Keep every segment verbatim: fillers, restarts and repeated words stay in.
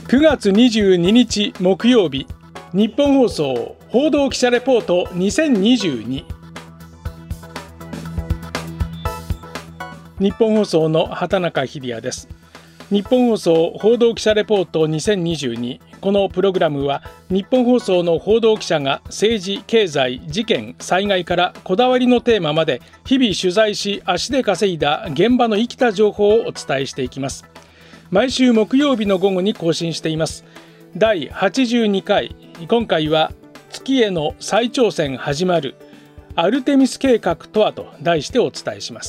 くがつにじゅうににち木曜日、日本放送報道記者レポートにせんにじゅうに。日本放送の畑中秀也です。日本放送報道記者レポートにせんにじゅうに。このプログラムは日本放送の報道記者が政治、経済、事件、災害からこだわりのテーマまで日々取材し足で稼いだ現場の生きた情報をお伝えしていきます。毎週木曜日の午後に更新しています。だいはちじゅうにかい、今回は月への再挑戦始まるアルテミス計画とはと題してお伝えします。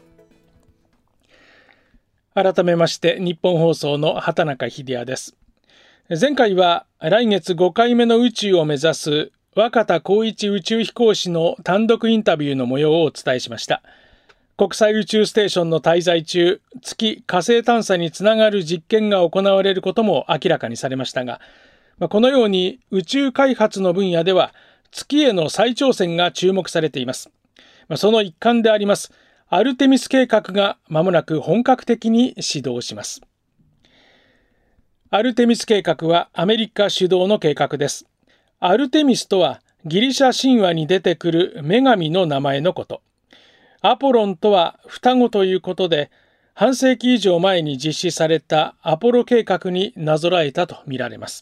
改めまして日本放送の畑中秀也です。前回は来月ごかいめの宇宙を目指す若田光一宇宙飛行士の単独インタビューの模様をお伝えしました。国際宇宙ステーションの滞在中、月火星探査につながる実験が行われることも明らかにされましたが、このように宇宙開発の分野では月への再挑戦が注目されています。その一環でありますアルテミス計画が間もなく本格的に始動します。アルテミス計画はアメリカ主導の計画です。アルテミスとはギリシャ神話に出てくる女神の名前のこと。アポロンとは双子ということで、半世紀以上前に実施されたアポロ計画になぞらえたとみられます。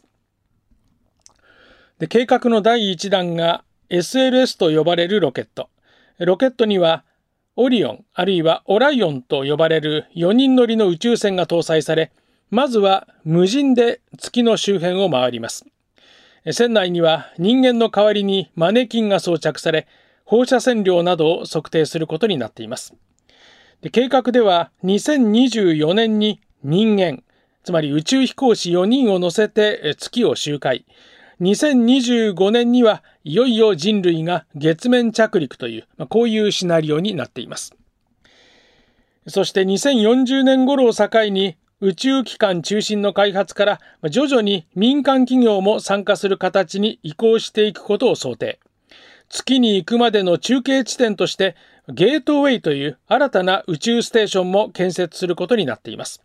で、計画の第一弾が エスエルエス と呼ばれるロケット。ロケットにはオリオンあるいはオライオンと呼ばれるよにん乗りの宇宙船が搭載され、まずは無人で月の周辺を回ります。船内には人間の代わりにマネキンが装着され、放射線量などを測定することになっています。で、計画ではにせんにじゅうよねんに人間、つまり宇宙飛行士よにんを乗せて月を周回、にせんにじゅうごねんにはいよいよ人類が月面着陸という、こういうシナリオになっています。そしてにせんよんじゅうねん頃を境に宇宙機関中心の開発から徐々に民間企業も参加する形に移行していくことを想定。月に行くまでの中継地点としてゲートウェイという新たな宇宙ステーションも建設することになっています。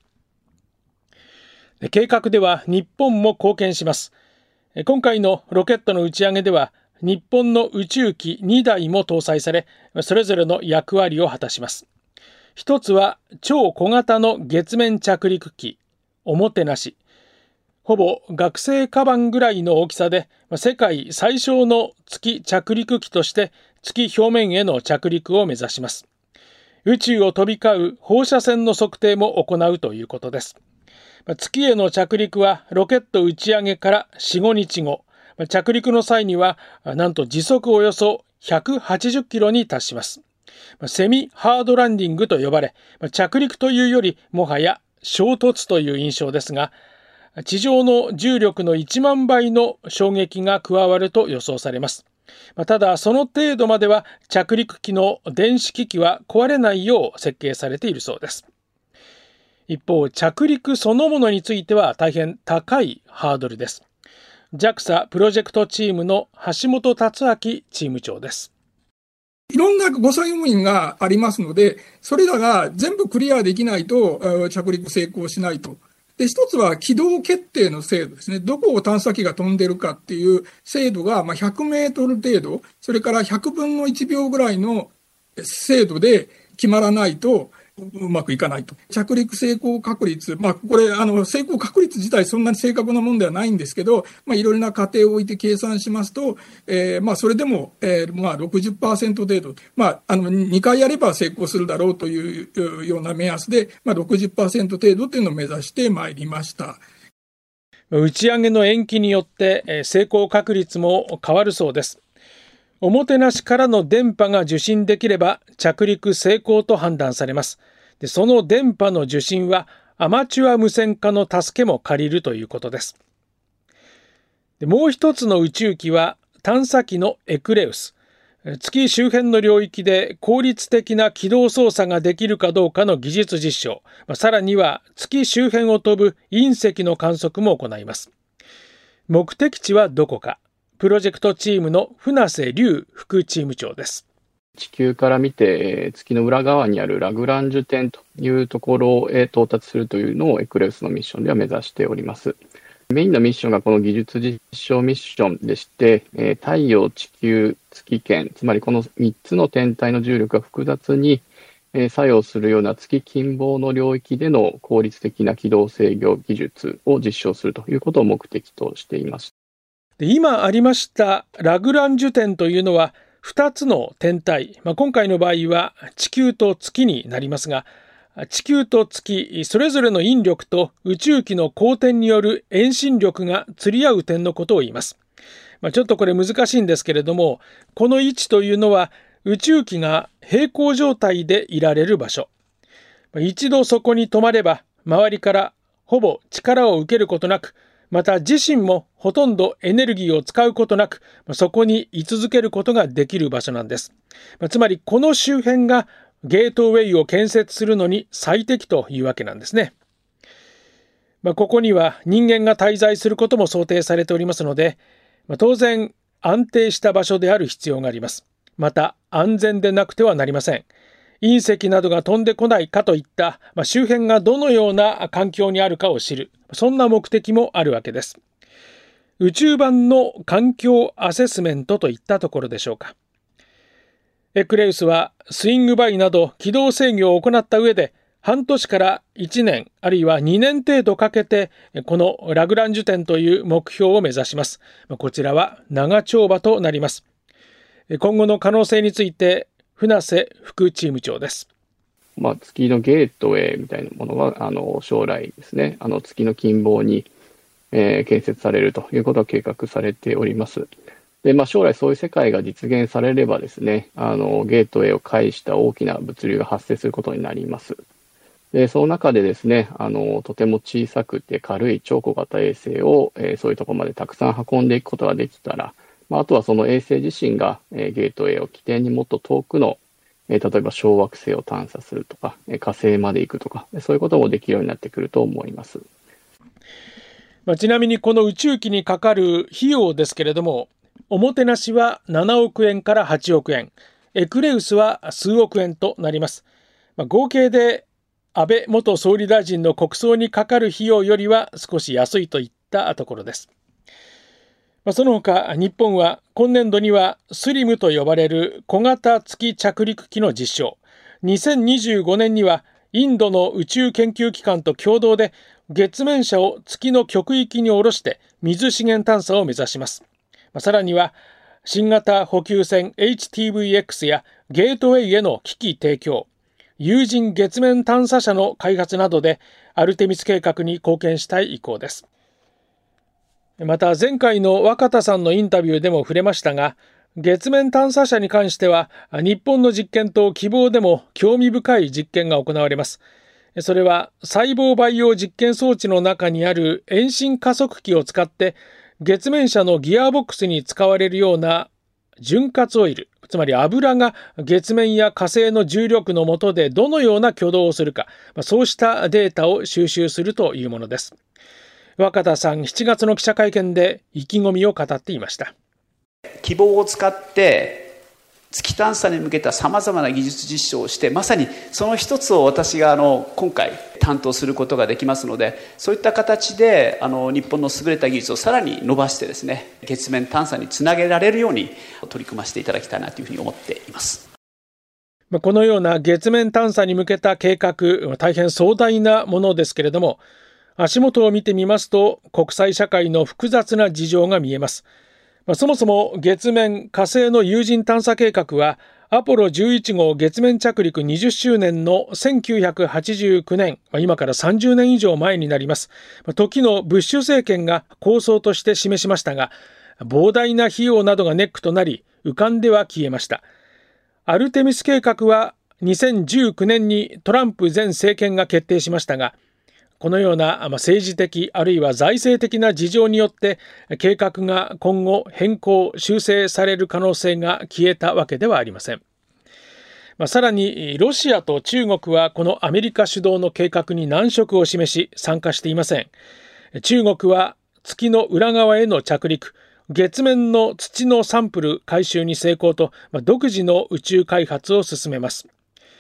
計画では日本も貢献します。今回のロケットの打ち上げでは日本の宇宙機にだいも搭載され、それぞれの役割を果たします。一つは超小型の月面着陸機おもてなし。ほぼ学生カバンぐらいの大きさで世界最小の月着陸機として月表面への着陸を目指します。宇宙を飛び交う放射線の測定も行うということです。月への着陸はロケット打ち上げから よん、ごにちご、着陸の際にはなんと時速およそひゃくはちじゅっキロに達します。セミハードランディングと呼ばれ、着陸というよりもはや衝突という印象ですが、地上の重力のいちまんばいの衝撃が加わると予想されます。ただその程度までは着陸機の電子機器は壊れないよう設計されているそうです。一方、着陸そのものについては大変高いハードルです。ジャクサ プロジェクトチームの橋本達明チーム長です。 いろんなご作業員がありますので、それらが全部クリアできないと着陸成功しないと。で、一つは軌道決定の精度ですね。どこを探査機が飛んでるかっていう精度がひゃくメートル程度、それからひゃくぶんのいちびょうぐらいの精度で決まらないとうまくいかないと。着陸成功確率、まあこれあの成功確率自体そんなに正確なものではないんですけど、まあいろいろな過程を置いて計算しますと、えー、まあそれでも、えー、まあ ろくじゅっパーセント 程度、まああのにかいやれば成功するだろうというような目安で、まあ ろくじゅっパーセント 程度というのを目指してまいりました。 打ち上げの延期によって成功確率も変わるそうです。おもてなしからの電波が受信できれば着陸成功と判断されます。で、その電波の受信はアマチュア無線化の助けも借りるということです。で、もう一つの宇宙機は探査機のエクレウス。月周辺の領域で効率的な軌道操作ができるかどうかの技術実証、さらには月周辺を飛ぶ隕石の観測も行います。目的地はどこか。プロジェクトチームの船瀬隆副チーム長です。 地球から見て月の裏側にあるラグランジュ点というところへ到達するというのをエクレウスのミッションでは目指しております。 メインのミッションがこの技術実証ミッションでして、えー太陽、地球、月圏、つまりこのみっつの天体の重力が複雑に、えー作用するような月近傍の領域での効率的な軌道制御技術を実証するということを目的としています。 で今ありましたラグランジュ点というのはふたつの天体、まあ、今回の場合は地球と月になりますが、地球と月それぞれの引力と宇宙機の公転による遠心力が釣り合う点のことを言います。まあ、ちょっとこれ難しいんですけれども、この位置というのは宇宙機が平行状態でいられる場所。一度そこに止まれば周りからほぼ力を受けることなく、また自身もほとんどエネルギーを使うことなく、そこに居続けることができる場所なんです。つまりこの周辺がゲートウェイを建設するのに最適というわけなんですね。まあ、ここには人間が滞在することも想定されておりますので、まあ、当然安定した場所である必要があります。また安全でなくてはなりません。隕石などが飛んでこないかといった、まあ、周辺がどのような環境にあるかを知る、そんな目的もあるわけです。宇宙版の環境アセスメントといったところでしょうか。エクレウスはスイングバイなど軌道制御を行った上で、半年からいちねんあるいはにねん程度かけてこのラグランジュ点という目標を目指します。こちらは長丁場となります。今後の可能性について船瀬副チーム長です。 まあ、月のゲートウェイみたいなものはあの将来ですね、あの月の近傍に、えー建設されるということが計画されております。で、まあ、将来そういう世界が実現されればですね、あのゲートウェイを介した大きな物流が発生することになります。で、その中でですね、あのとても小さくて軽い超小型衛星を、えーそういうところまでたくさん運んでいくことができたら、まあ、あとはその衛星自身が、えーゲートウェイを起点にもっと遠くの、えー例えば小惑星を探査するとか、えー火星まで行くとか、そういうこともできるようになってくると思います。 まあ、ちなみにこの宇宙機にかかる費用ですけれども、おもてなしはななおくえんからはちおくえん、エクレウスは数億円となります。まあ、合計で安倍元総理大臣の国葬にかかる費用よりは少し安いといったところです。まあ、その他日本は今年度にはスリムと呼ばれる小型月着陸機の実証、にせんにじゅうごねんにはインドの宇宙研究機関と共同で月面車を月の極域に下ろして水資源探査を目指します。まあ、さらには新型補給船 エイチティーブイエックス やゲートウェイへの機器提供、有人月面探査車の開発などでアルテミス計画に貢献したい意向です。また前回の若田さんのインタビューでも触れましたが、月面探査車に関しては日本の実験と希望でも興味深い実験が行われます。それは細胞培養実験装置の中にある遠心加速器を使って月面車のギアボックスに使われるような潤滑オイル、つまり油が月面や火星の重力の下でどのような挙動をするか、そうしたデータを収集するというものです。若田さん、しちがつの記者会見で意気込みを語っていました。 希望を使って月探査に向けたさまざまな技術実証をして、まさにその一つを私があの今回担当することができますので、そういった形であの日本の優れた技術をさらに伸ばしてですね、月面探査につなげられるように取り組ませていただきたいなというふうに思っています。 このような月面探査に向けた計画、大変壮大なものですけれども、足元を見てみますと国際社会の複雑な事情が見えます。そもそも月面火星の有人探査計画はアポロじゅういち号月面着陸にじゅっしゅうねんのせんきゅうひゃくはちじゅうきゅうねん、今からさんじゅうねん以上前になります。時のブッシュ政権が構想として示しましたが、膨大な費用などがネックとなり浮かんでは消えました。アルテミス計画はにせんじゅうきゅうねんにトランプ前政権が決定しましたが、このような政治的あるいは財政的な事情によって計画が今後変更修正される可能性が消えたわけではありません。まあ、さらにロシアと中国はこのアメリカ主導の計画に難色を示し参加していません。中国は月の裏側への着陸、月面の土のサンプル回収に成功と、まあ、独自の宇宙開発を進めます。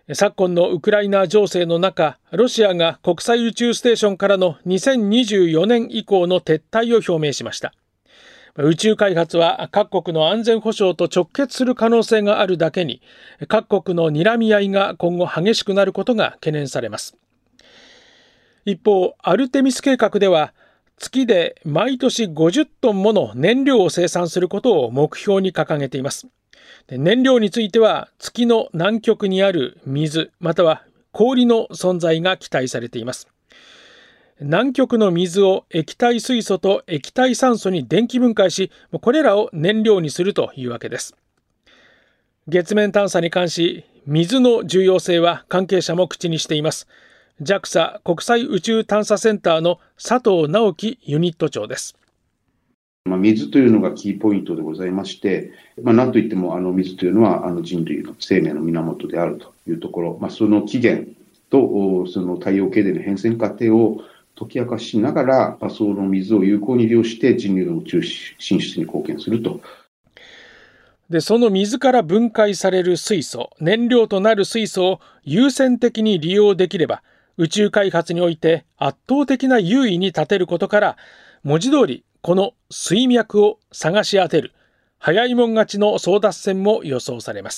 昨今のウクライナ情勢の中、ロシアが国際宇宙ステーションからのにせんにじゅうよねん以降の撤退を表明しました。宇宙開発は各国の安全保障と直結する可能性があるだけに、各国の睨み合いが今後激しくなることが懸念されます。一方、アルテミス計画では、月で毎年ごじゅっトンもの燃料を生産することを目標に掲げています。燃料については月の南極にある水または氷の存在が期待されています。南極の水を液体水素と液体酸素に電気分解し、これらを燃料にするというわけです。月面探査に関し、水の重要性は関係者も口にしています。ジャクサ 国際宇宙探査センターの佐藤直樹ユニット長です。 まあ、水というのがキーポイントでございまして、まあ、なんといってもあの水というのはあの人類の生命の源であるというところ、まあ、その起源とその太陽系での変遷過程を解き明かしながら、まあ、その水を有効に利用して人類の宇宙進出に貢献すると。 で、その水から分解される水素、燃料となる水素を優先的に利用できれば、宇宙開発において圧倒的な優位に立てることから、文字通りこの水脈を探し当てる早いもん勝ちの争奪戦も予想されます。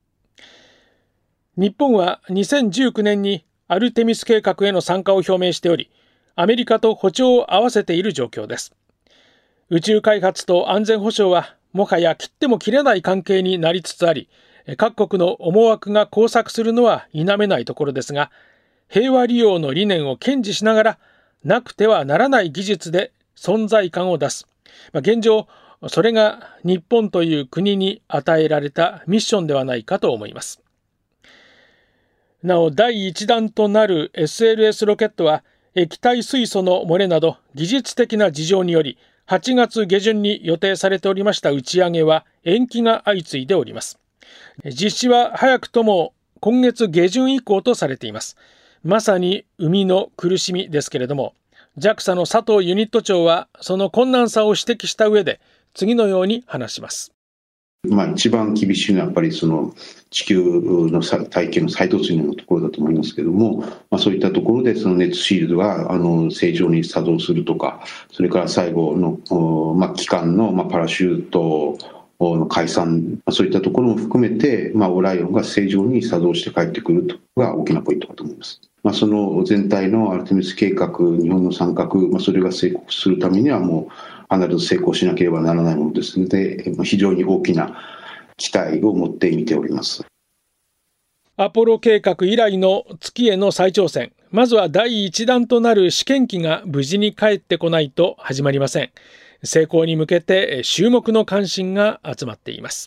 日本はにせんじゅうきゅうねんにアルテミス計画への参加を表明しており、アメリカと歩調を合わせている状況です。宇宙開発と安全保障はもはや切っても切れない関係になりつつあり、各国の思惑が交錯するのは否めないところですが、平和利用の理念を堅持しながら、なくてはならない技術で存在感を出す。現状、それが日本という国に与えられたミッションではないかと思います。なお、だいいちだんとなる エスエルエス ロケットは、液体水素の漏れなど技術的な事情により、はちがつげじゅんに予定されておりました打ち上げは延期が相次いでおります。実施は早くとも今月下旬以降とされています。まさに生みの苦しみですけれども、ジャクサ の佐藤ユニット長はその困難さを指摘した上で次のように話します。 まあ、一番厳しいのはやっぱりその地球の大気の再突入のところだと思いますけれども、まあ、そういったところでその熱シールドがあの正常に作動するとか、それから最後の、まあ、機関の、まあ、パラシュートの解散、そういったところも含めて、まあ、オライオンが正常に作動して帰ってくるとが大きなポイントだと思います。まあ、その全体のアルテミス計画、日本の参画、まあ、それが成功するためにはもう必ず成功しなければならないものですので、非常に大きな期待を持って見ております。 アポロ計画以来の月への再挑戦、まずはだいいちだんとなる試験機が無事に帰ってこないと始まりません。成功に向けて注目の関心が集まっています。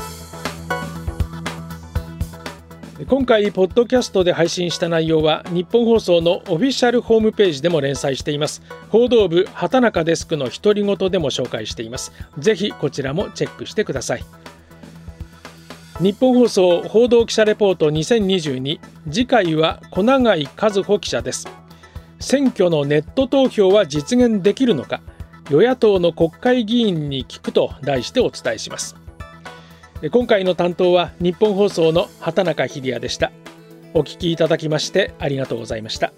今回ポッドキャストで配信した内容は日本放送のオフィシャルホームページでも連載しています。報道部畑中デスクの独り言でも紹介しています。ぜひこちらもチェックしてください。日本放送報道記者レポートにせんにじゅうに、次回は小永井和穂記者です。選挙のネット投票は実現できるのか、与野党の国会議員に聞くと題してお伝えします。今回の担当は日本放送の畑中秀也でした。お聞きいただきましてありがとうございました。